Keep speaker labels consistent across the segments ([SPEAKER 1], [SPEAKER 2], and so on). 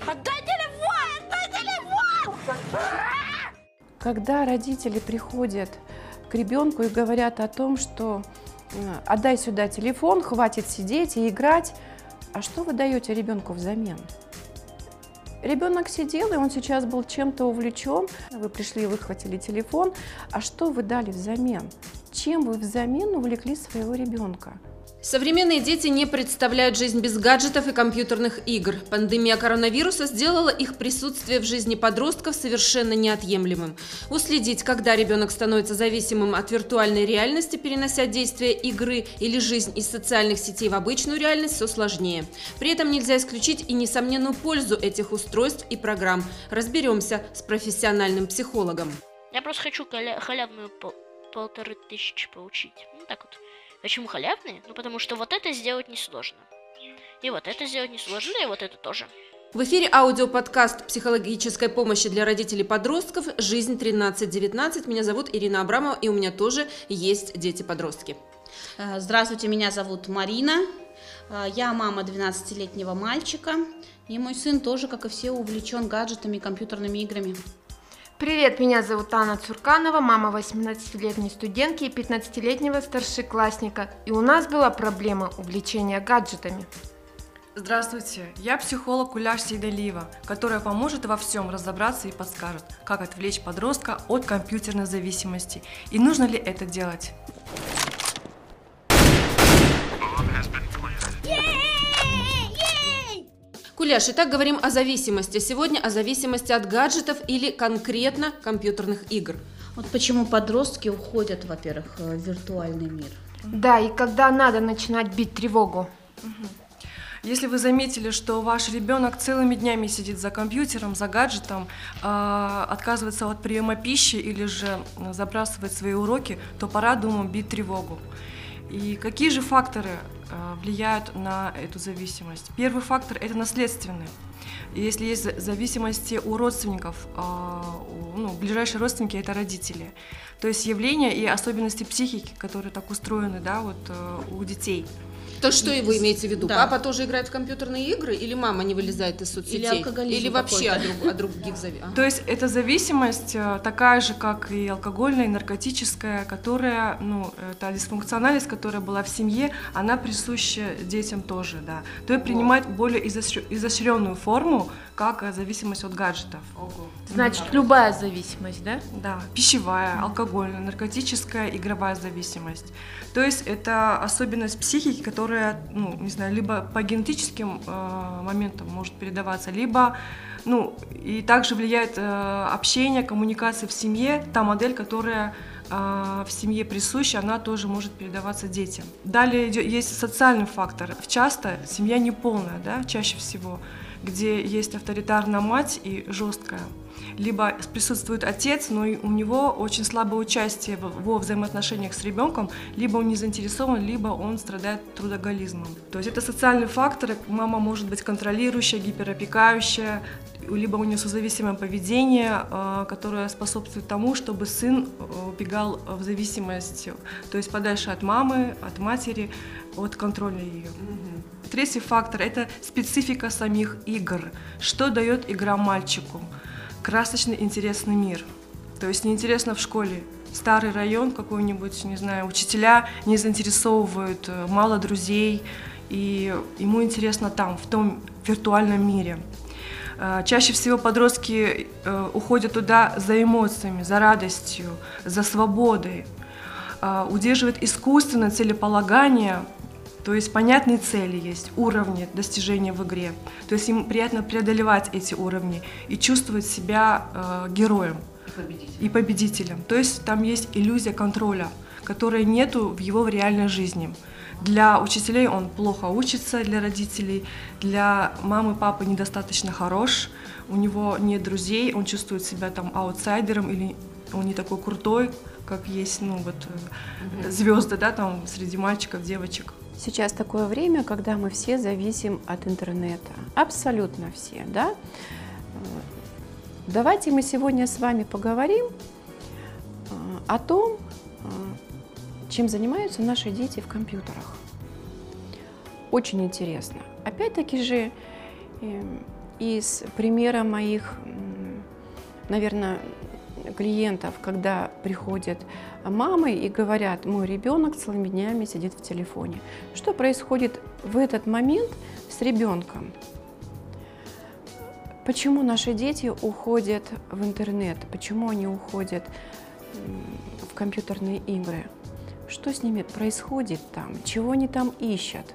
[SPEAKER 1] Отдай телефон! Отдай телефон!
[SPEAKER 2] Когда родители приходят к ребенку и говорят о том, что отдай сюда телефон, хватит сидеть и играть, а что вы даете ребенку взамен? Ребенок сидел, и он сейчас был чем-то увлечен. Вы пришли и выхватили телефон. А что вы дали взамен? Чем вы взамен увлекли своего ребенка?
[SPEAKER 3] Современные дети не представляют жизнь без гаджетов и компьютерных игр. Пандемия коронавируса сделала их присутствие в жизни подростков совершенно неотъемлемым. Уследить, когда ребенок становится зависимым от виртуальной реальности, перенося действия игры или жизнь из социальных сетей в обычную реальность, все сложнее. При этом нельзя исключить и несомненную пользу этих устройств и программ. Разберемся с профессиональным психологом.
[SPEAKER 1] Я просто хочу халявную 1500 получить. Ну так вот. Почему халявные? Ну потому что вот это сделать несложно. И вот это сделать несложно, и вот это тоже.
[SPEAKER 3] В эфире аудиоподкаст психологической помощи для родителей-подростков «Жизнь 13-19». Меня зовут Ирина Абрамова, и у меня тоже есть дети-подростки.
[SPEAKER 4] Здравствуйте, меня зовут Марина. Я мама 12-летнего мальчика. И мой сын тоже, как и все, увлечен гаджетами и компьютерными играми.
[SPEAKER 5] Привет, меня зовут Анна Цурканова, мама 18-летней студентки и 15-летнего старшеклассника. И у нас была проблема увлечения гаджетами.
[SPEAKER 6] Здравствуйте, я психолог Уляш Сейдалиева, которая поможет во всем разобраться и подскажет, как отвлечь подростка от компьютерной зависимости и нужно ли это делать.
[SPEAKER 3] Куляш, итак, говорим о зависимости. Сегодня о зависимости от гаджетов или конкретно компьютерных игр.
[SPEAKER 4] Вот почему подростки уходят, во-первых, в виртуальный мир.
[SPEAKER 5] Да, и когда надо начинать бить тревогу.
[SPEAKER 6] Если вы заметили, что ваш ребенок целыми днями сидит за компьютером, за гаджетом, отказывается от приема пищи или же забрасывает свои уроки, то пора, думаю, бить тревогу. И какие же факторы влияют на эту зависимость? Первый фактор – это наследственный. Если есть зависимости у родственников, ближайшие родственники – это родители. То есть явления и особенности психики, которые так устроены, да, вот, у детей.
[SPEAKER 3] То что и вы имеете в виду?
[SPEAKER 4] Да.
[SPEAKER 3] Папа тоже играет в компьютерные игры или мама не вылезает из соцсетей?
[SPEAKER 4] Или алкоголизм
[SPEAKER 3] или вообще
[SPEAKER 4] какой-то.
[SPEAKER 3] о других зависимостях?
[SPEAKER 6] То есть эта зависимость такая же, как и алкогольная, и наркотическая, которая, та дисфункциональность, которая была в семье, она присуща детям тоже, да. То есть принимает более изощренную форму, как зависимость от гаджетов.
[SPEAKER 5] Значит, любая зависимость, да?
[SPEAKER 6] Да, пищевая, алкогольная, наркотическая, игровая зависимость. То есть это особенность психики, которая, либо по генетическим моментам может передаваться, либо, и также влияет общение, коммуникация в семье, та модель, которая в семье присуща, она тоже может передаваться детям. Далее есть социальный фактор. Часто семья неполная, да, чаще всего, где есть авторитарная мать и жесткая. Либо присутствует отец, но у него очень слабое участие во взаимоотношениях с ребенком, либо он не заинтересован, либо он страдает трудоголизмом. То есть это социальные факторы. Мама может быть контролирующая, гиперопекающая, либо у нее созависимое поведение, которое способствует тому, чтобы сын убегал в зависимость, то есть подальше от мамы, от матери, от контроля ее. Третий фактор – это специфика самих игр. Что дает игра мальчику? Красочный, интересный мир. То есть неинтересно в школе. Старый район какой-нибудь, не знаю, учителя не заинтересовывают, мало друзей, и ему интересно там, в том виртуальном мире. Чаще всего подростки уходят туда за эмоциями, за радостью, за свободой. Удерживают искусственное целеполагание. То есть понятные цели есть, уровни достижения в игре. То есть им приятно преодолевать эти уровни и чувствовать себя героем и победителем. То есть там есть иллюзия контроля, которой нету в его реальной жизни. Для учителей он плохо учится, для родителей, для мамы, папы недостаточно хорош, у него нет друзей, он чувствует себя там аутсайдером или он не такой крутой, как есть, звезды, да, там среди мальчиков, девочек.
[SPEAKER 2] Сейчас такое время, когда мы все зависим от интернета. Абсолютно все, да? Давайте мы сегодня с вами поговорим о том, чем занимаются наши дети в компьютерах. Очень интересно. Опять-таки же, из примера моих, наверное, клиентов, когда приходят мамы и говорят: мой ребенок целыми днями сидит в телефоне. Что происходит в этот момент с ребенком? Почему наши дети уходят в интернет? Почему они уходят в компьютерные игры? Что с ними происходит там? Чего они там ищут?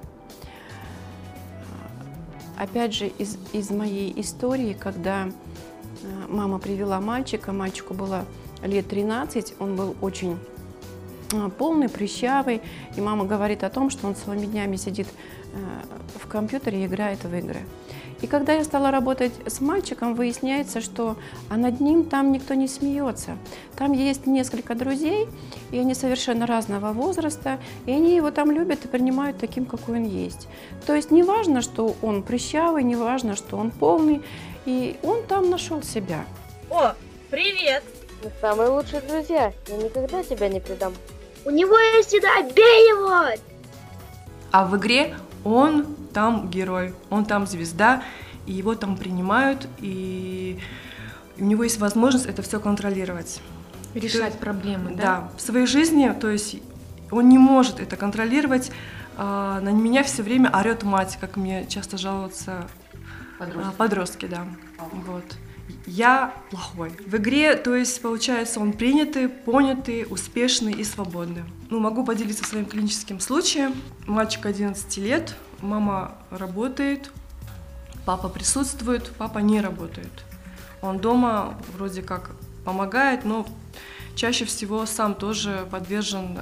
[SPEAKER 2] Опять же, из моей истории, когда мама привела мальчика, мальчику было лет 13, он был очень полный, прыщавый, и мама говорит о том, что он целыми днями сидит в компьютере и играет в игры. И когда я стала работать с мальчиком, выясняется, что над ним там никто не смеется. Там есть несколько друзей, и они совершенно разного возраста, и они его там любят и принимают таким, какой он есть. То есть не важно, что он прыщавый, не важно, что он полный, и он там нашел себя.
[SPEAKER 7] О, привет!
[SPEAKER 8] Мы самые лучшие друзья, я никогда тебя не предам.
[SPEAKER 7] У него есть еда, бей его!
[SPEAKER 6] А в игре он там герой, он там звезда, и его там принимают, и у него есть возможность это все контролировать.
[SPEAKER 5] Решать проблемы, да?
[SPEAKER 6] Да, в своей жизни, то есть он не может это контролировать, на меня все время орет мать, как мне часто жалуются подростки, да. Вот. Я плохой. В игре, то есть, получается, он принятый, понятый, успешный и свободный. Ну, могу поделиться своим клиническим случаем. Мальчик 11 лет, мама работает, папа присутствует, папа не работает. Он дома вроде как помогает, но чаще всего сам тоже подвержен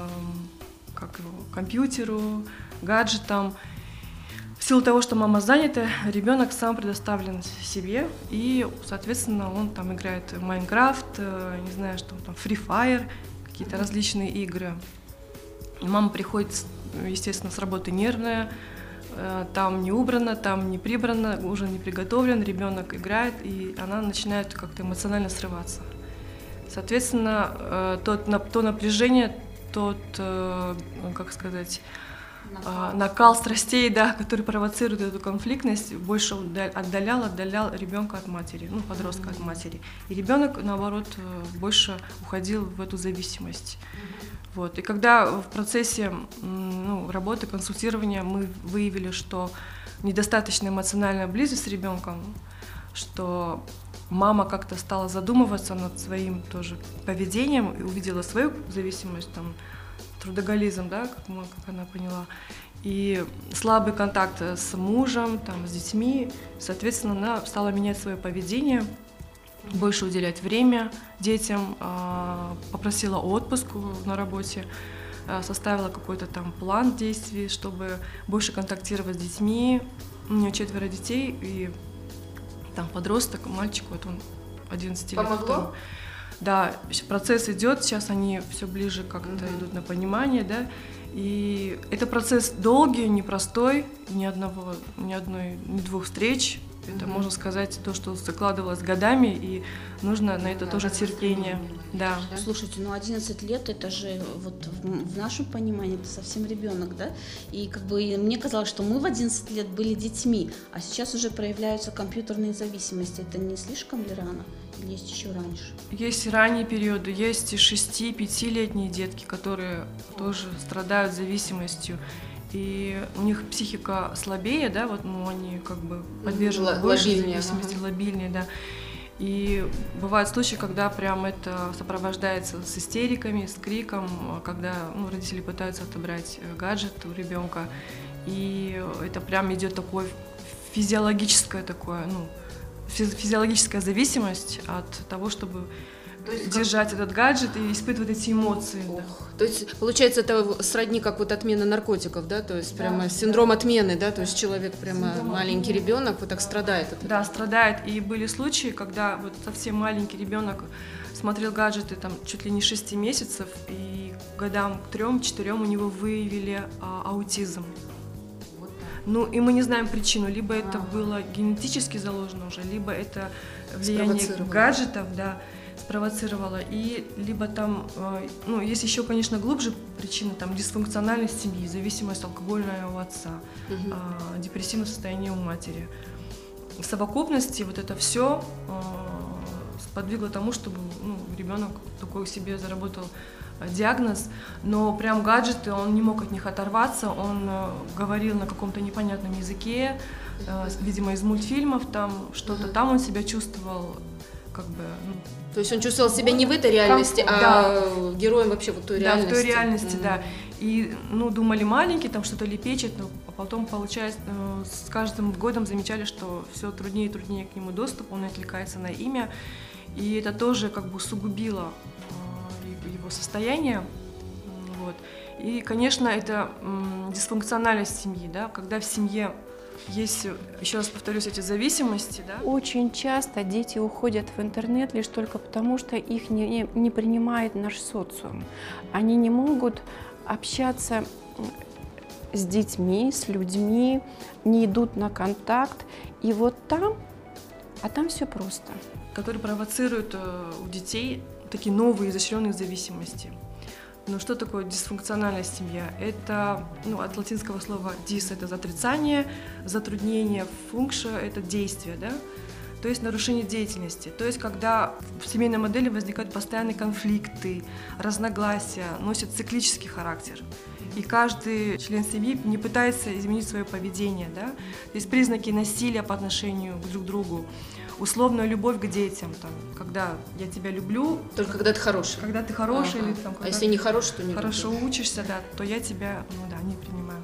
[SPEAKER 6] компьютеру, гаджетам. В силу того, что мама занята, ребенок сам предоставлен себе, и, соответственно, он там играет в Майнкрафт, не знаю, что там, Free Fire, какие-то различные игры. И мама приходит, естественно, с работы нервная, там не убрано, там не прибрано, ужин не приготовлен, ребенок играет, и она начинает как-то эмоционально срываться. Соответственно, то напряжение, тот, как сказать, накал страстей, да, который провоцирует эту конфликтность, больше отдалял ребенка от матери, ну, подростка от матери. И ребенок, наоборот, больше уходил в эту зависимость. Вот. И когда в процессе работы, консультирования мы выявили, что недостаточно эмоциональная близость с ребенком, что мама как-то стала задумываться над своим тоже поведением и увидела свою зависимость, там, трудоголизм, да, как она поняла, и слабый контакт с мужем, там, с детьми, соответственно, она стала менять свое поведение, больше уделять время детям, попросила отпуск на работе, составила какой-то там план действий, чтобы больше контактировать с детьми. У нее 4 детей, и там подросток, мальчик, вот он 11 лет.
[SPEAKER 5] Помогло?
[SPEAKER 6] Да, процесс идет, сейчас они все ближе как-то идут на понимание, да, и это процесс долгий, непростой, ни двух встреч, это, можно сказать, то, что закладывалось годами, и нужно на это тоже терпение. Да.
[SPEAKER 4] Слушайте, 11 лет, это же вот в нашем понимании это совсем ребенок, да? И как бы мне казалось, что мы в 11 лет были детьми, а сейчас уже проявляются компьютерные зависимости. Это не слишком ли рано? Или есть еще раньше? Есть
[SPEAKER 6] ранние периоды, есть и 6-5-летние детки, которые тоже страдают зависимостью. И у них психика слабее, да, вот, они как бы подвержены большей зависимости, лобильнее, да. И бывают случаи, когда прям это сопровождается с истериками, с криком, когда родители пытаются отобрать гаджет у ребенка, и это прям идет такое физиологическая зависимость от того, чтобы держать этот гаджет и испытывать эти эмоции. Да.
[SPEAKER 3] То есть, получается, это сродни как вот отмена наркотиков, да? То есть прямо синдром отмены, да? То есть человек прямо маленький ребенок вот так страдает от этого.
[SPEAKER 6] Да, страдает. И были случаи, когда вот совсем маленький ребенок смотрел гаджеты там чуть ли не 6 месяцев, и годам к 3-4 у него выявили аутизм. Ну, и мы не знаем причину, либо это было генетически заложено уже, либо это влияние гаджетов, да, спровоцировало, и либо там, есть еще, конечно, глубже причина, там, дисфункциональность семьи, зависимость алкогольная у отца, депрессивное состояние у матери. в совокупности вот это все сподвигло тому, чтобы ребенок такой себе заработал диагноз, но прям гаджеты, он не мог от них оторваться, он говорил на каком-то непонятном языке, видимо, из мультфильмов, там что-то, там он себя чувствовал как бы...
[SPEAKER 3] То есть он чувствовал себя не в этой реальности, а героем вообще вот той реальности.
[SPEAKER 6] Да, в той реальности, да. И, думали, маленький, там что-то лепечет, но потом, получается, с каждым годом замечали, что все труднее и труднее к нему доступ, он отвлекается на имя, и это тоже как бы усугубило его состояние. Вот. И, конечно, это дисфункциональность семьи, да, когда в семье есть, еще раз повторюсь, эти зависимости, да?
[SPEAKER 2] Очень часто дети уходят в интернет лишь только потому, что их не принимает наш социум. Они не могут общаться с детьми, с людьми, не идут на контакт. И вот там все просто.
[SPEAKER 6] Которые провоцируют у детей такие новые изощренные зависимости. Но что такое дисфункциональная семья? Это от латинского слова dis – это отрицание, затруднение, function – это действие, да? То есть нарушение деятельности. То есть когда в семейной модели возникают постоянные конфликты, разногласия, носят циклический характер. И каждый член семьи не пытается изменить свое поведение, да? Есть признаки насилия по отношению друг к другу. Условная любовь к детям, там, когда я тебя люблю.
[SPEAKER 3] Только когда ты хороший.
[SPEAKER 6] Когда ты хороший, или там, когда
[SPEAKER 3] если не хороший, то не
[SPEAKER 6] хорошо
[SPEAKER 3] люблю.
[SPEAKER 6] Учишься, да, то я тебя, не принимаю.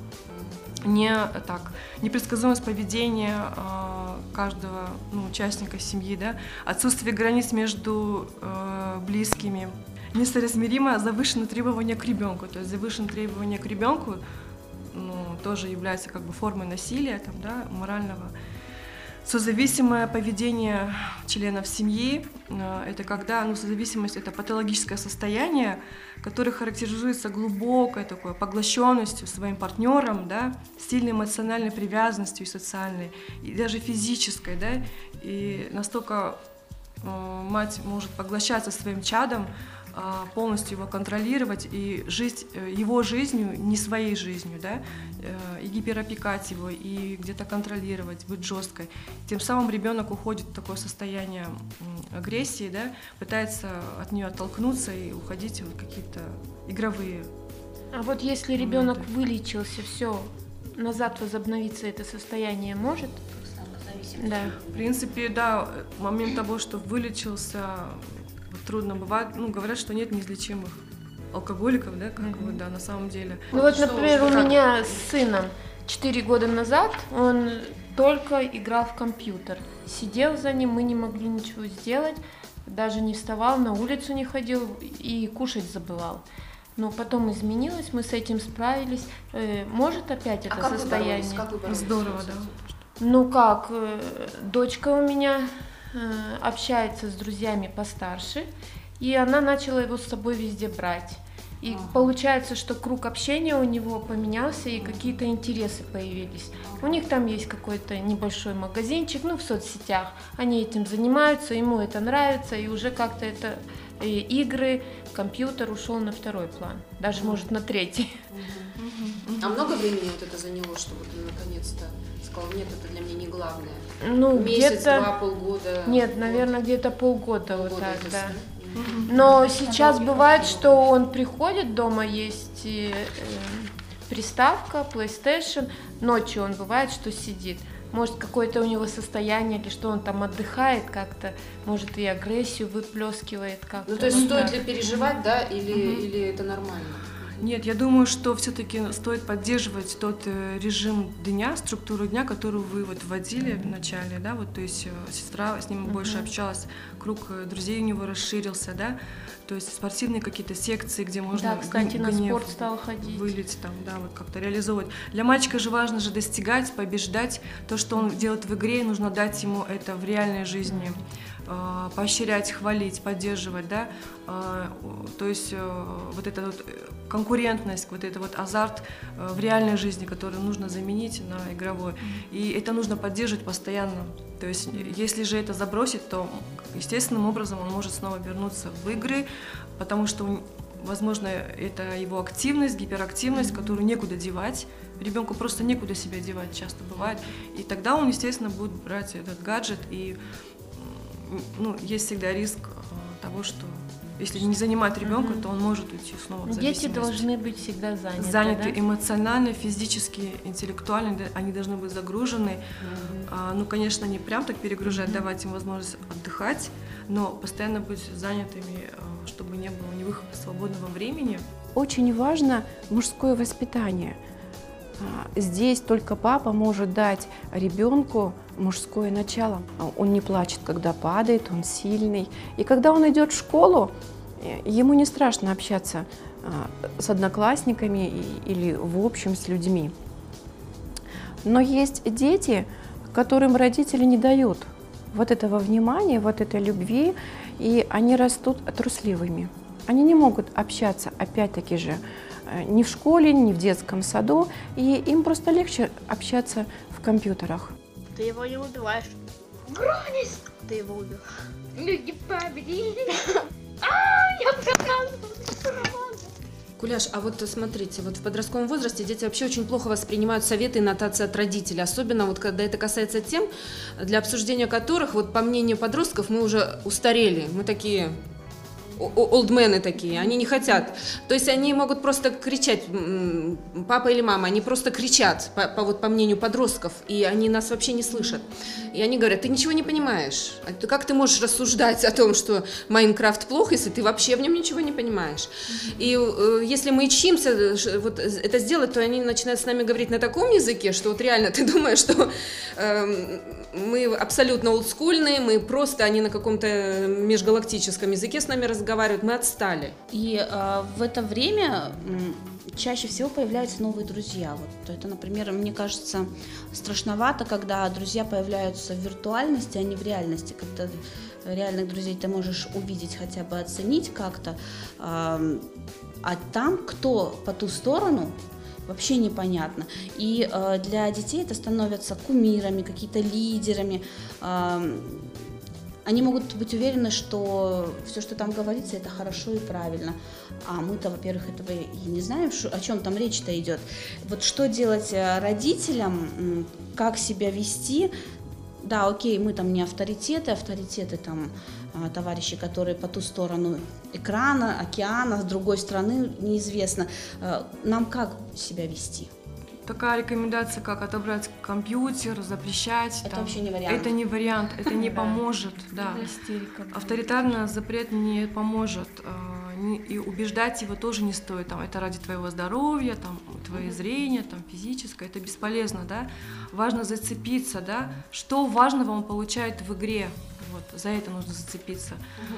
[SPEAKER 6] Непредсказуемость поведения каждого участника семьи, да, отсутствие границ между близкими, несоразмеримо завышенные требования к ребенку. То есть завышенные требования к ребенку тоже является как бы формой насилия, там, да, морального. Созависимое поведение членов семьи – это когда созависимость – это патологическое состояние, которое характеризуется глубокой такой поглощенностью своим партнером, да, сильной эмоциональной привязанностью и социальной, и даже физической, да, и настолько мать может поглощаться своим чадом, полностью его контролировать и жить его жизнью, не своей жизнью, да, и гиперопекать его, и где-то контролировать, быть жесткой. Тем самым ребенок уходит в такое состояние агрессии, да, пытается от нее оттолкнуться и уходить в какие-то игровые.
[SPEAKER 5] А вот если ребенок вылечился, все, назад возобновиться это состояние может? Да.
[SPEAKER 6] В принципе, да, момент того, что вылечился, трудно бывает. Говорят, что нет неизлечимых алкоголиков, да, как бы, да, на самом деле.
[SPEAKER 5] Например, у меня с сыном 4 года назад он только играл в компьютер. Сидел за ним, мы не могли ничего сделать, даже не вставал, на улицу не ходил и кушать забывал. Но потом изменилось, мы с этим справились. Может опять это состояние?
[SPEAKER 6] Здорово,
[SPEAKER 5] да. Дочка у меня общается с друзьями постарше, и она начала его с собой везде брать. И получается, что круг общения у него поменялся, и какие-то интересы появились. У них там есть какой-то небольшой магазинчик, в соцсетях. Они этим занимаются, ему это нравится, и уже как-то это игры, компьютер ушел на второй план, даже может на третий.
[SPEAKER 3] А много времени вот это заняло, чтобы ты наконец-то сказал, нет, это для меня не главное? Месяц, два, полгода?
[SPEAKER 5] Нет, наверное, где-то полгода вот так, да. Но сейчас бывает, что он приходит, дома есть приставка, PlayStation, ночью он бывает, что сидит. Может, какое-то у него состояние, или что он там отдыхает как-то, может, и агрессию выплескивает как-то.
[SPEAKER 3] То есть стоит ли переживать, да, или это нормально?
[SPEAKER 6] Нет, я думаю, что все-таки стоит поддерживать тот режим дня, структуру дня, которую вы вводили в начале, да, то есть сестра с ним больше общалась, круг друзей у него расширился, да, то есть спортивные какие-то секции, где можно
[SPEAKER 5] кстати, на спорт стал ходить,
[SPEAKER 6] вылить там, да, как-то реализовывать. Для мальчика же важно же достигать, побеждать, то, что он делает в игре, нужно дать ему это в реальной жизни. Поощрять, хвалить, поддерживать, да, то есть вот эта вот конкурентность, вот этот вот азарт в реальной жизни, который нужно заменить на игровой, и это нужно поддерживать постоянно. То есть если же это забросить, то естественным образом он может снова вернуться в игры, потому что, возможно, это его активность, гиперактивность, которую некуда девать, ребенку просто некуда себя девать, часто бывает. И тогда он, естественно, будет брать этот гаджет, и ну, есть всегда риск того, что если не занимать ребенка, то он может уйти снова в зависимость.
[SPEAKER 5] Дети должны быть всегда заняты.
[SPEAKER 6] Заняты
[SPEAKER 5] да?
[SPEAKER 6] эмоционально, физически, интеллектуально, они должны быть загружены. Ну, конечно, не прям так перегружать, давать им возможность отдыхать, но постоянно быть занятыми, чтобы не было у них свободного времени.
[SPEAKER 2] Очень важно мужское воспитание. Здесь только папа может дать ребенку мужское начало. Он не плачет, когда падает, он сильный. И когда он идет в школу, ему не страшно общаться с одноклассниками или в общем с людьми. Но есть дети, которым родители не дают вот этого внимания, вот этой любви, и они растут трусливыми. Они не могут общаться, опять-таки же, ни в школе, ни в детском саду, и им просто легче общаться в компьютерах.
[SPEAKER 7] Ты его не убиваешь. Гронис! Ты его убил. Люди победили. Я проказывала.
[SPEAKER 3] Куляш, а вот смотрите, вот в подростковом возрасте дети вообще очень плохо воспринимают советы и нотации от родителей, особенно вот когда это касается тем, для обсуждения которых, вот по мнению подростков, мы уже устарели, мы такие... олдмены такие, они не хотят. То есть они могут просто кричать, папа или мама, они просто кричат, по мнению подростков, и они нас вообще не слышат. И они говорят, ты ничего не понимаешь. Как ты можешь рассуждать о том, что Майнкрафт плохо, если ты вообще в нем ничего не понимаешь? И если мы учимся вот это сделать, то они начинают с нами говорить на таком языке, что вот реально ты думаешь, что мы абсолютно олдскульные, мы просто, они на каком-то межгалактическом языке с нами разговаривают, мы отстали.
[SPEAKER 4] И в это время чаще всего появляются новые друзья. Вот это, например, мне кажется, страшновато, когда друзья появляются в виртуальности, а не в реальности, когда реальных друзей ты можешь увидеть, хотя бы оценить как-то, а там кто по ту сторону, вообще непонятно. И для детей это становятся кумирами, какие-то лидерами. Они могут быть уверены, что все, что там говорится, это хорошо и правильно. А мы-то, во-первых, этого и не знаем, о чем там речь-то идет. Вот что делать родителям, как себя вести? Да, окей, мы там не авторитеты там товарищи, которые по ту сторону экрана, океана, с другой стороны, неизвестно. Нам как себя вести?
[SPEAKER 6] Такая рекомендация, как отобрать компьютер, запрещать.
[SPEAKER 4] Это
[SPEAKER 6] там,
[SPEAKER 4] вообще не вариант.
[SPEAKER 6] Это не вариант, это не поможет. Да. Авторитарный запрет не поможет. И убеждать его тоже не стоит. Там, это ради твоего здоровья, там, твоего зрения, там, физическое. Это бесполезно. Да? Важно зацепиться, да? Что важного он получает в игре. Вот, за это нужно зацепиться.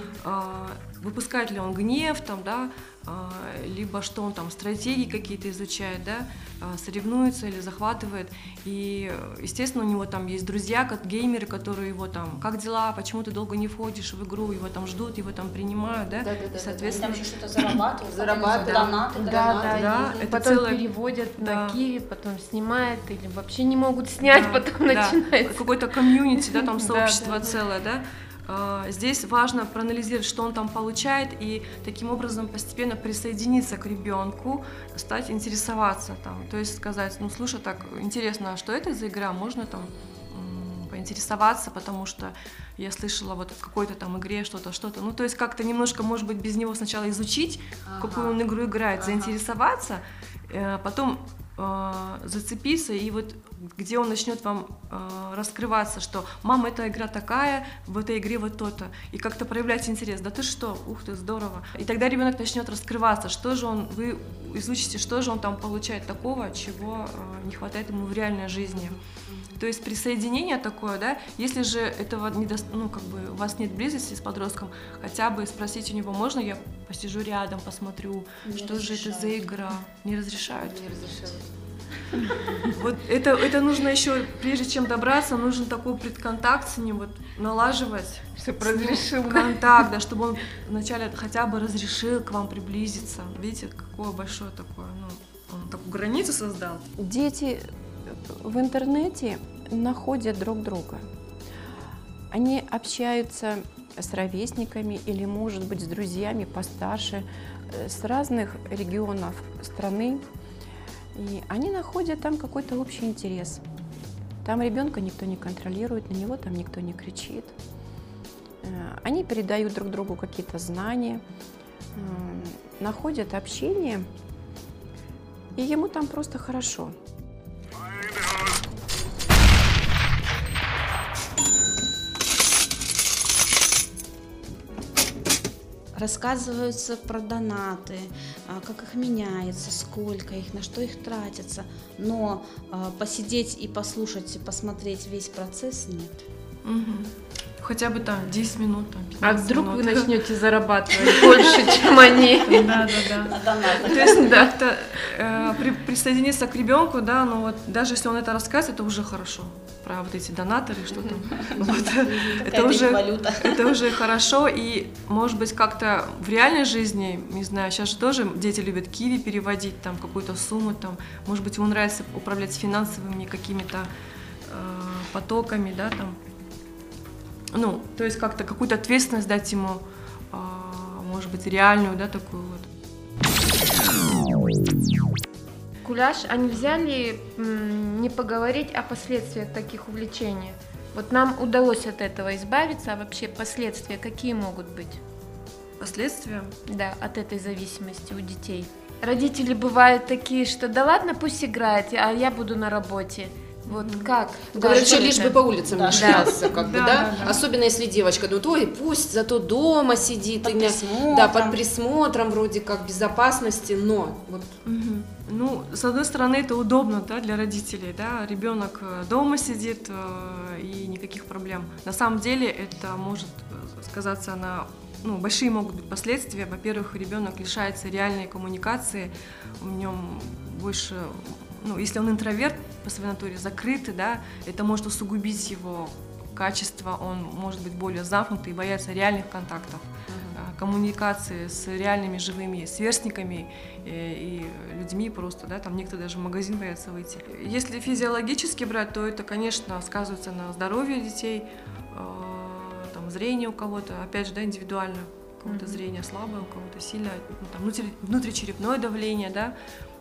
[SPEAKER 6] Выпускает ли он гнев, там, да? Либо что он там, стратегии какие-то изучает, да? Соревнуется или захватывает. И, естественно, у него там есть друзья, как геймеры, которые его там, как дела, почему ты долго не входишь в игру, его там ждут, его там принимают, да?
[SPEAKER 4] И,
[SPEAKER 6] соответственно,
[SPEAKER 4] там еще что-то зарабатывают,
[SPEAKER 5] донаты.
[SPEAKER 6] Да,
[SPEAKER 5] и
[SPEAKER 6] это
[SPEAKER 5] потом
[SPEAKER 6] целое...
[SPEAKER 5] переводят на Киви, потом снимают, или вообще не могут снять, потом начинается.
[SPEAKER 6] Какой-то комьюнити, да, там сообщество целое, да? Здесь важно проанализировать, что он там получает, и таким образом постепенно присоединиться к ребенку, стать интересоваться там, то есть сказать, ну слушай, так интересно, а что это за игра, можно там поинтересоваться, потому что я слышала вот в какой-то там игре что-то, ну то есть как-то немножко, может быть, без него сначала изучить, какую он игру играет, заинтересоваться, потом зацепиться, и вот где он начнет вам раскрываться, что мама, эта игра такая, в этой игре вот то-то, и как-то проявлять интерес, да ты что, ух ты, здорово, и тогда ребенок начнет раскрываться, что же он, вы изучите, что же он там получает такого, чего не хватает ему в реальной жизни. То есть присоединение такое, да, если же этого ну, как бы у вас нет близости с подростком, хотя бы спросить у него, можно я посижу рядом, посмотрю, что же это за игра, не разрешают.
[SPEAKER 4] Не разрешают.
[SPEAKER 6] Вот это нужно еще, прежде чем добраться, нужно такой предконтакт с ним вот налаживать.
[SPEAKER 5] Чтобы разрешил.
[SPEAKER 6] Контакт, да, чтобы он вначале хотя бы разрешил к вам приблизиться. Видите, какое большое такое, ну, он такую границу создал.
[SPEAKER 2] Дети в интернете находят друг друга. Они общаются с ровесниками или, может быть, с друзьями постарше, с разных регионов страны. И они находят там какой-то общий интерес. Там ребенка никто не контролирует, на него там никто не кричит. Они передают друг другу какие-то знания, находят общение, и ему там просто хорошо.
[SPEAKER 4] Рассказываются про донаты, как их меняется, сколько их, на что их тратится. Но посидеть и послушать, и посмотреть весь процесс нет.
[SPEAKER 6] Хотя бы там 10 минут, там, 15
[SPEAKER 5] А вдруг
[SPEAKER 6] минут.
[SPEAKER 5] вы начнете зарабатывать больше, чем они?
[SPEAKER 6] Да. То есть, да, присоединиться к ребенку, да, но вот даже если он это рассказывает, это уже хорошо. Про вот эти донаторы, что там. Это уже хорошо. И, может быть, как-то в реальной жизни, не знаю, сейчас же тоже дети любят киви переводить, там, какую-то сумму, там, может быть, ему нравится управлять финансовыми какими-то потоками, да, там. Ну, то есть как-то какую-то ответственность дать ему, может быть, реальную, да, такую вот.
[SPEAKER 5] Куляш, а нельзя ли не поговорить о последствиях таких увлечений? Вот нам удалось от этого избавиться, а вообще последствия какие могут быть?
[SPEAKER 6] Последствия?
[SPEAKER 5] Да, от этой зависимости у детей. Родители бывают такие, что да ладно, пусть играет, а я буду на работе. Вот как?
[SPEAKER 3] Говорят,
[SPEAKER 5] что
[SPEAKER 3] что лишь бы по улицам не шляться, как бы, да?
[SPEAKER 6] Да.
[SPEAKER 3] Особенно если девочка, ну ой, пусть зато дома сидит,
[SPEAKER 4] Под
[SPEAKER 3] и
[SPEAKER 4] присмотром.
[SPEAKER 3] да, под присмотром вроде как безопасности, но вот.
[SPEAKER 6] Ну, с одной стороны, это удобно, да, для родителей, да, ребенок дома сидит и никаких проблем. На самом деле это может сказаться на, ну, большие могут быть последствия. Во-первых, ребенок лишается реальной коммуникации, в нем больше, ну, если он интроверт по своей натуре, закрытый, да, это может усугубить его качество, он может быть более замкнутый и бояться реальных контактов, коммуникации с реальными живыми сверстниками и людьми просто, да, там некоторые даже в магазин боятся выйти. Если физиологически брать, то это, конечно, сказывается на здоровье детей, там, зрение у кого-то, опять же, да, индивидуально, у кого-то зрение слабое, у кого-то сильное, ну, там, внутричерепное давление, да,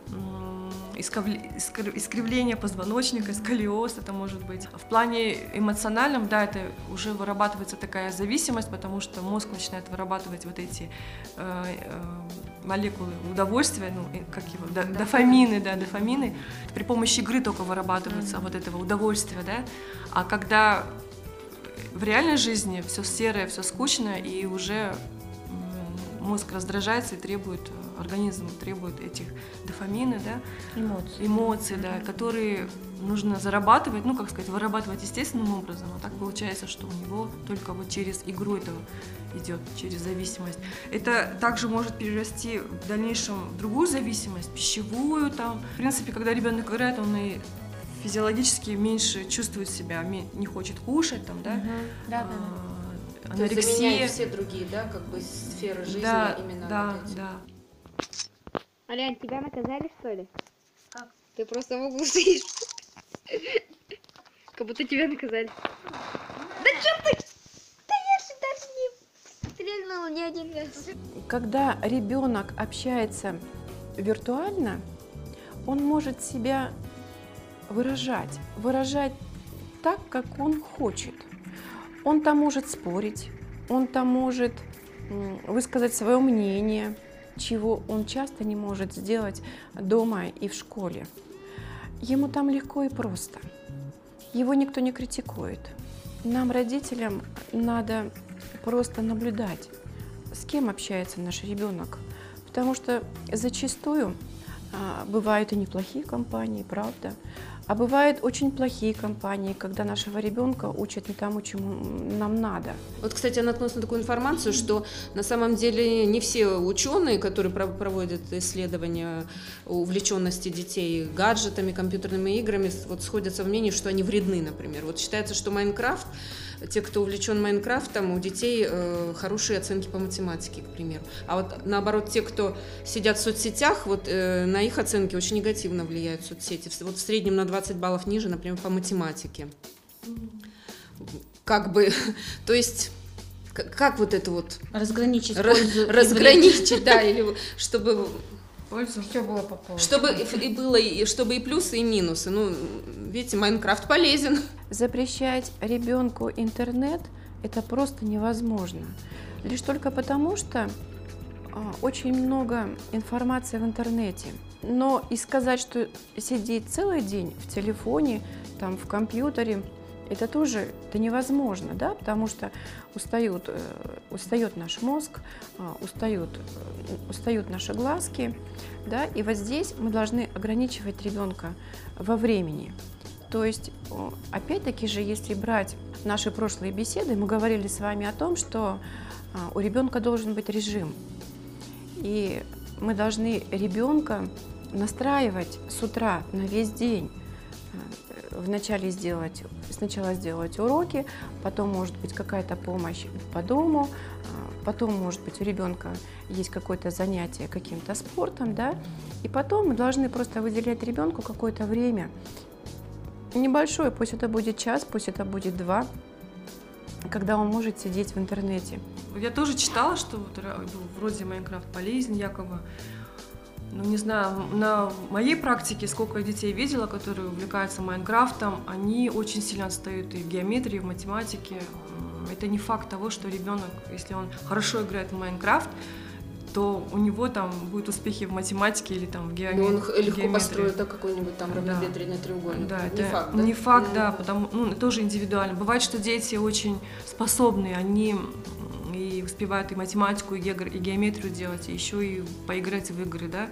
[SPEAKER 6] искривление позвоночника, сколиоз это может быть. В плане эмоциональном, да, это уже вырабатывается такая зависимость, потому что мозг начинает вырабатывать вот эти молекулы удовольствия, ну, как его, дофамины, да, дофамины. При помощи игры только вырабатывается вот этого удовольствия, да. А когда в реальной жизни все серое, все скучно, и уже мозг раздражается и требует, организм требует этих дофамины, да, эмоций, да, которые нужно зарабатывать, ну, как сказать, вырабатывать естественным образом, а так получается, что у него только вот через игру это идет, через зависимость. Это также может перерасти в дальнейшем в другую зависимость, пищевую, там. В принципе, когда ребенок играет, он и физиологически меньше чувствует себя, не хочет кушать, там, да,
[SPEAKER 3] анорексия. Заменяет все другие, да, как бы сферы жизни,
[SPEAKER 6] да,
[SPEAKER 3] именно
[SPEAKER 6] да,
[SPEAKER 3] вот эти.
[SPEAKER 6] да.
[SPEAKER 7] Ален, тебя наказали, что ли?
[SPEAKER 4] Как?
[SPEAKER 7] Ты просто в углу стоишь. Как будто тебя наказали. Да что ты? Да я же даже не стрельнула ни один раз.
[SPEAKER 2] Когда ребенок общается виртуально, он может себя выражать так, как он хочет. Он там может спорить, он там может высказать свое мнение, чего он часто не может сделать дома и в школе. Ему там легко и просто. Его никто не критикует. Нам, родителям, надо просто наблюдать, с кем общается наш ребенок. Потому что зачастую бывают и неплохие компании, правда. А бывают очень плохие компании, когда нашего ребенка учат не тому, чему нам надо.
[SPEAKER 3] Вот, кстати, я наткнулась на такую информацию, что на самом деле не все ученые, которые проводят исследования увлеченности детей гаджетами, компьютерными играми, вот сходятся в мнении, что они вредны, например. Вот считается, что Майнкрафт, те, кто увлечен Майнкрафтом, у детей хорошие оценки по математике, к примеру. А вот наоборот, те, кто сидят в соцсетях, вот на их оценки очень негативно влияют соцсети. Вот в среднем на 20 баллов ниже, например, по математике. Как бы, то есть, как вот это вот
[SPEAKER 4] Разграничить
[SPEAKER 3] разграничить, да, или чтобы
[SPEAKER 6] Пользу.
[SPEAKER 5] Все было по поводу.
[SPEAKER 3] Чтобы и было, чтобы и плюсы, и минусы. Ну, видите, Майнкрафт полезен.
[SPEAKER 2] Запрещать ребенку интернет – это просто невозможно. Лишь только потому, что очень много информации в интернете. Но и сказать, что сидеть целый день в телефоне, там, в компьютере, это тоже невозможно, да? Потому что устает наш мозг, устают наши глазки, да? И вот здесь мы должны ограничивать ребенка во времени. То есть, опять-таки же, если брать наши прошлые беседы, мы говорили с вами о том, что у ребенка должен быть режим. И мы должны ребенка настраивать с утра на весь день. Сначала сделать уроки, потом может быть какая-то помощь по дому, потом может быть у ребенка есть какое-то занятие каким-то спортом, да, и потом мы должны просто выделять ребенку какое-то время, небольшое, пусть это будет час, пусть это будет 2, когда он может сидеть в интернете.
[SPEAKER 6] Я тоже читала, что вроде Майнкрафт полезен якобы. Ну, не знаю, на моей практике, сколько я детей видела, которые увлекаются Майнкрафтом, они очень сильно отстают и в геометрии, и в математике. Это не факт того, что ребенок, если он хорошо играет в Майнкрафт, то у него там будут успехи в математике или там в геометрии.
[SPEAKER 3] Он легко построит какой-нибудь там равнобедренный треугольник.
[SPEAKER 6] Да,
[SPEAKER 3] не
[SPEAKER 6] это
[SPEAKER 3] факт, да?
[SPEAKER 6] Не факт, да, потому, тоже индивидуально. Бывает, что дети очень способные, они и успевают и математику, и геометрию делать, и еще и поиграть в игры, да.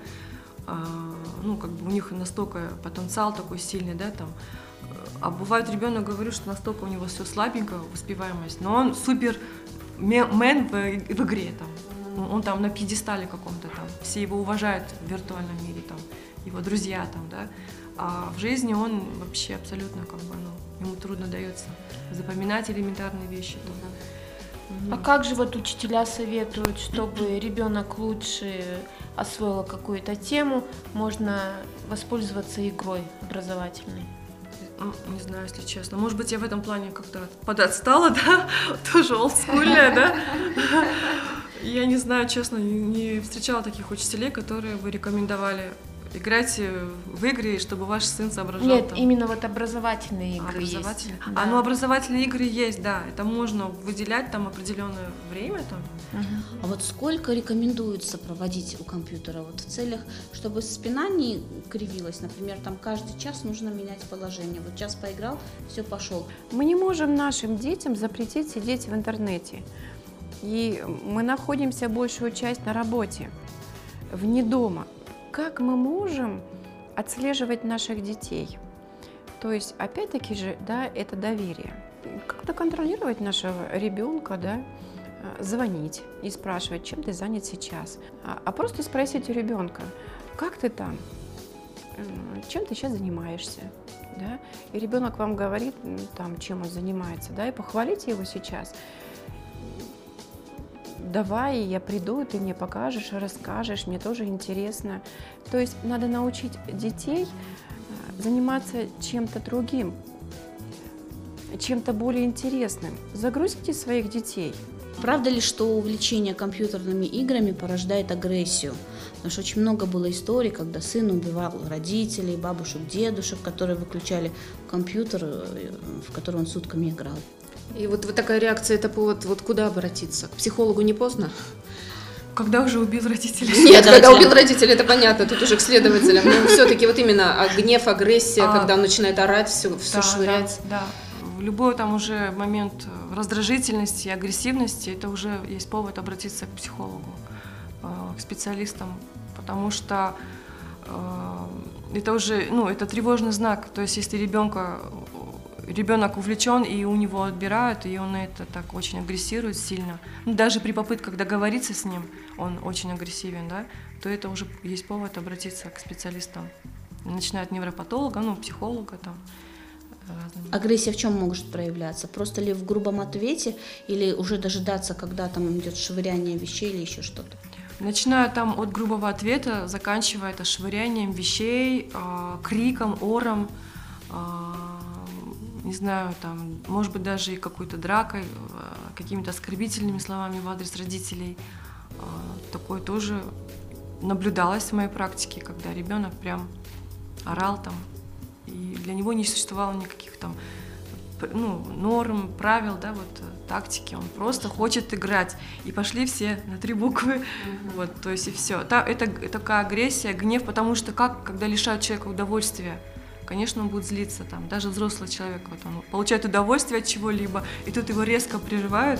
[SPEAKER 6] У них настолько потенциал такой сильный, да, там. А бывает, ребенок говорит, что настолько у него все слабенько, успеваемость, но он супер мэн в игре, там. Он там на пьедестале каком-то там, все его уважают в виртуальном мире, там, его друзья там, да. А в жизни он вообще абсолютно ему трудно дается запоминать элементарные вещи.
[SPEAKER 5] А как же вот учителя советуют, чтобы ребенок лучше освоил какую-то тему, можно воспользоваться игрой образовательной?
[SPEAKER 6] Не знаю, если честно. Может быть, я в этом плане как-то подотстала, да? Тоже олдскульная, да? Я не знаю, честно, не встречала таких учителей, которые бы рекомендовали играть в игры, чтобы ваш сын соображал.
[SPEAKER 5] Нет,
[SPEAKER 6] там.
[SPEAKER 5] именно вот образовательные игры
[SPEAKER 6] образовательные?
[SPEAKER 5] есть. Да.
[SPEAKER 6] Образовательные игры есть, да. Это можно выделять там определенное время. Там.
[SPEAKER 4] А вот сколько рекомендуется проводить у компьютера вот в целях, чтобы спина не кривилась? Например, там каждый час нужно менять положение. Вот час поиграл, все, пошел.
[SPEAKER 2] Мы не можем нашим детям запретить сидеть в интернете. И мы находимся большую часть на работе, вне дома. Как мы можем отслеживать наших детей? То есть, опять-таки же, да, это доверие. Как-то контролировать нашего ребенка, да, звонить и спрашивать, чем ты занят сейчас. А просто спросить у ребенка, как ты там, чем ты сейчас занимаешься, да? И ребенок вам говорит, там, чем он занимается, да, и похвалите его сейчас. Давай, я приду, ты мне покажешь, расскажешь, мне тоже интересно. То есть надо научить детей заниматься чем-то другим, чем-то более интересным. Загрузите своих детей.
[SPEAKER 4] Правда ли, что увлечение компьютерными играми порождает агрессию? Потому что очень много было историй, когда сын убивал родителей, бабушек, дедушек, которые выключали компьютер, в который он сутками играл.
[SPEAKER 3] И вот такая реакция, это повод, вот куда обратиться? К психологу не поздно?
[SPEAKER 6] Когда уже убил родителей?
[SPEAKER 3] Нет, когда убил родителей, это понятно, тут уже к следователям. Но все-таки вот именно гнев, агрессия, когда он начинает орать, все швырять.
[SPEAKER 6] Да. Любой там уже момент раздражительности, агрессивности, это уже есть повод обратиться к психологу, к специалистам, потому что это уже, это тревожный знак. То есть если ребенок увлечен, и у него отбирают, и он на это так очень агрессирует сильно. Даже при попытках договориться с ним, он очень агрессивен, да, то это уже есть повод обратиться к специалистам. Начиная от невропатолога, психолога там.
[SPEAKER 4] Агрессия в чем может проявляться? Просто ли в грубом ответе, или уже дожидаться, когда там идет швыряние вещей или еще что-то?
[SPEAKER 6] Начиная там от грубого ответа, заканчивая это швырянием вещей, криком, ором, не знаю, там, может быть, даже и какой-то дракой, какими-то оскорбительными словами в адрес родителей. Такое тоже наблюдалось в моей практике, когда ребенок прям орал там, и для него не существовало никаких там норм, правил, да, вот тактики, он просто хочет играть. И пошли все на 3 буквы, вот, то есть и все. Это такая агрессия, гнев, потому что когда лишают человека удовольствия, конечно, он будет злиться, там, даже взрослый человек, вот он получает удовольствие от чего-либо, и тут его резко прерывают,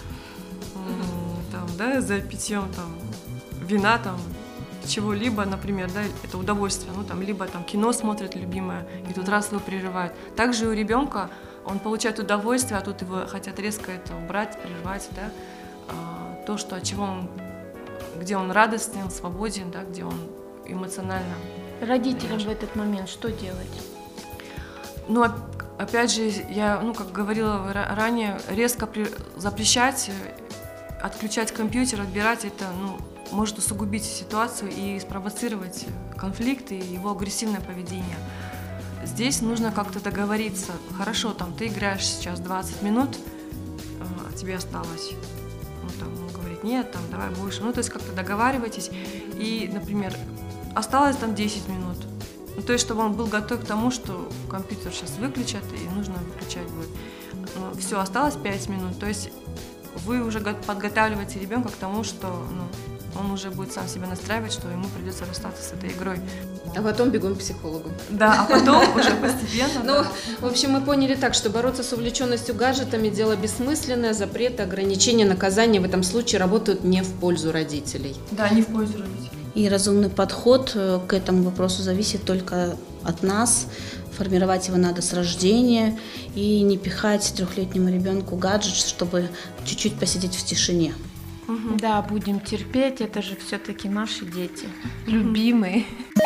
[SPEAKER 6] там, да, за питьем там вина, там, чего-либо, например, да, это удовольствие, ну, там, либо там кино смотрит любимое, и тут раз его прерывают. Также у ребенка он получает удовольствие, а тут его хотят резко это убрать, прервать, да, то, что, от чего он, где он радостен, свободен, да, где он эмоционально.
[SPEAKER 5] Родителям в этот момент что делать?
[SPEAKER 6] Ну, опять же, я, как говорила ранее, резко запрещать, отключать компьютер, отбирать это, может усугубить ситуацию и спровоцировать конфликт и его агрессивное поведение. Здесь нужно как-то договориться. Хорошо, там, ты играешь сейчас 20 минут, а тебе осталось, он говорит, нет, там, давай больше. То есть как-то договаривайтесь. И, например, осталось там 10 минут. То есть, чтобы он был готов к тому, что компьютер сейчас выключат, и нужно выключать будет. Все, осталось 5 минут. То есть вы уже подготавливаете ребенка к тому, что он уже будет сам себя настраивать, что ему придется расстаться с этой игрой.
[SPEAKER 3] А потом бегом к психологу.
[SPEAKER 6] Да, а потом уже постепенно.
[SPEAKER 3] В общем, мы поняли так, что бороться с увлеченностью гаджетами – дело бессмысленное, запреты, ограничения, наказания в этом случае работают не в пользу родителей.
[SPEAKER 6] Да, не в пользу родителей.
[SPEAKER 4] И разумный подход к этому вопросу зависит только от нас. Формировать его надо с рождения и не пихать 3-летнему ребенку гаджет, чтобы чуть-чуть посидеть в тишине.
[SPEAKER 5] Да, будем терпеть, это же все-таки наши дети, любимые.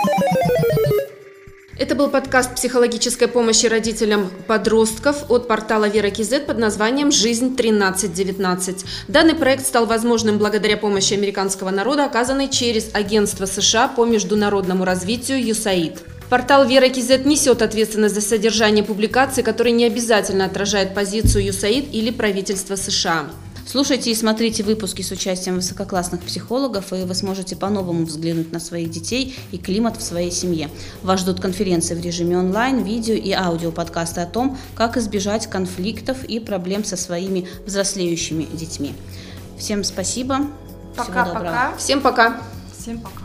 [SPEAKER 3] Это был подкаст психологической помощи родителям подростков от портала Вера КЗ под названием «Жизнь 1319». Данный проект стал возможным благодаря помощи американского народа, оказанной через Агентство США по международному развитию USAID. Портал Вера КЗ несет ответственность за содержание публикаций, которые не обязательно отражают позицию USAID или правительства США.
[SPEAKER 4] Слушайте и смотрите выпуски с участием высококлассных психологов, и вы сможете по-новому взглянуть на своих детей и климат в своей семье. Вас ждут конференции в режиме онлайн, видео и аудиоподкасты о том, как избежать конфликтов и проблем со своими взрослеющими детьми. Всем спасибо.
[SPEAKER 5] Пока-пока.
[SPEAKER 3] Всем пока.
[SPEAKER 6] Всем пока.